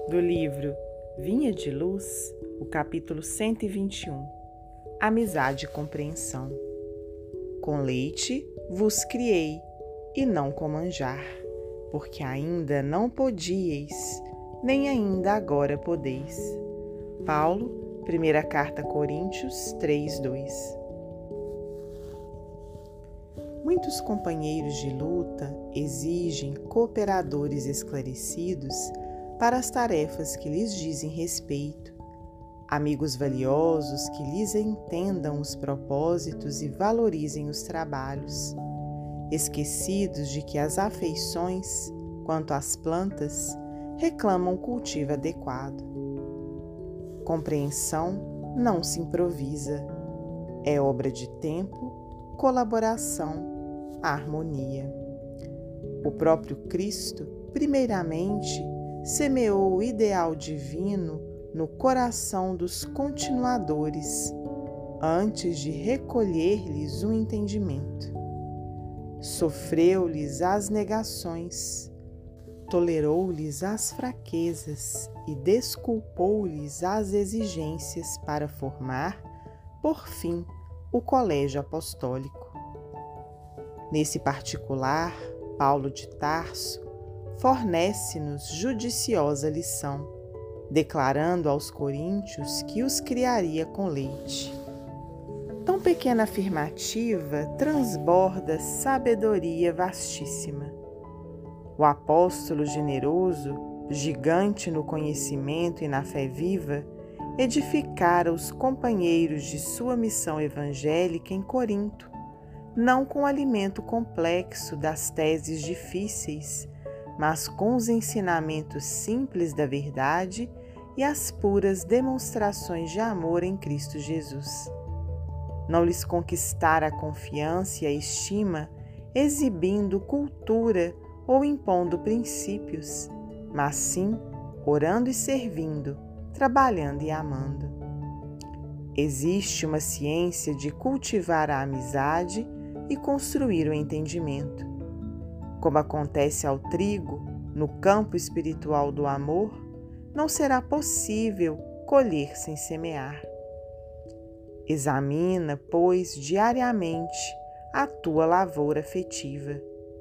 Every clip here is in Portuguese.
do livro Vinha de Luz, o capítulo 121, Amizade e Compreensão. Com leite vos criei, e não com manjar, porque ainda não podíeis, nem ainda agora podeis. Paulo, primeira carta a Coríntios 3:2. Muitos companheiros de luta exigem cooperadores esclarecidos para as tarefas que lhes dizem respeito, amigos valiosos que lhes entendam os propósitos e valorizem os trabalhos, esquecidos de que as afeições, quanto às plantas, reclamam cultivo adequado. Compreensão não se improvisa, é obra de tempo, colaboração, harmonia. O próprio Cristo, primeiramente, semeou o ideal divino no coração dos continuadores, antes de recolher-lhes o entendimento. Sofreu-lhes as negações, tolerou-lhes as fraquezas e desculpou-lhes as exigências para formar, por fim, o colégio apostólico. Nesse particular, Paulo de Tarso fornece-nos judiciosa lição, declarando aos coríntios que os criaria com leite. Tão pequena afirmativa transborda sabedoria vastíssima. O apóstolo generoso, gigante no conhecimento e na fé viva, edificara os companheiros de sua missão evangélica em Corinto, não com o alimento complexo das teses difíceis, mas com os ensinamentos simples da verdade e as puras demonstrações de amor em Cristo Jesus. Não lhes conquistara a confiança e a estima exibindo cultura ou impondo princípios, mas sim orando e servindo, trabalhando e amando. Existe uma ciência de cultivar a amizade e construir o entendimento. Como acontece ao trigo, no campo espiritual do amor, não será possível colher sem semear. Examina, pois, diariamente a tua lavoura afetiva.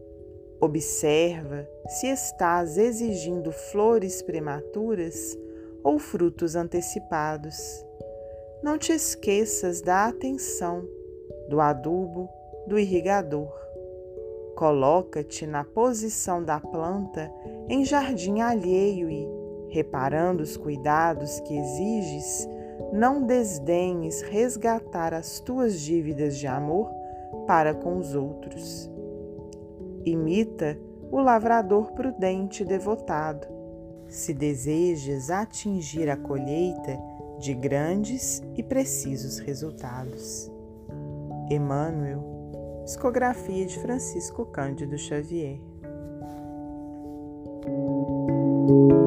Observa se estás exigindo flores prematuras ou frutos antecipados. Não te esqueças da atenção, do adubo, do irrigador. Coloca-te na posição da planta em jardim alheio e, reparando os cuidados que exiges, não desdenhes resgatar as tuas dívidas de amor para com os outros. Imita o lavrador prudente e devotado, se desejas atingir a colheita de grandes e precisos resultados. Emmanuel, psicografia de Francisco Cândido Xavier.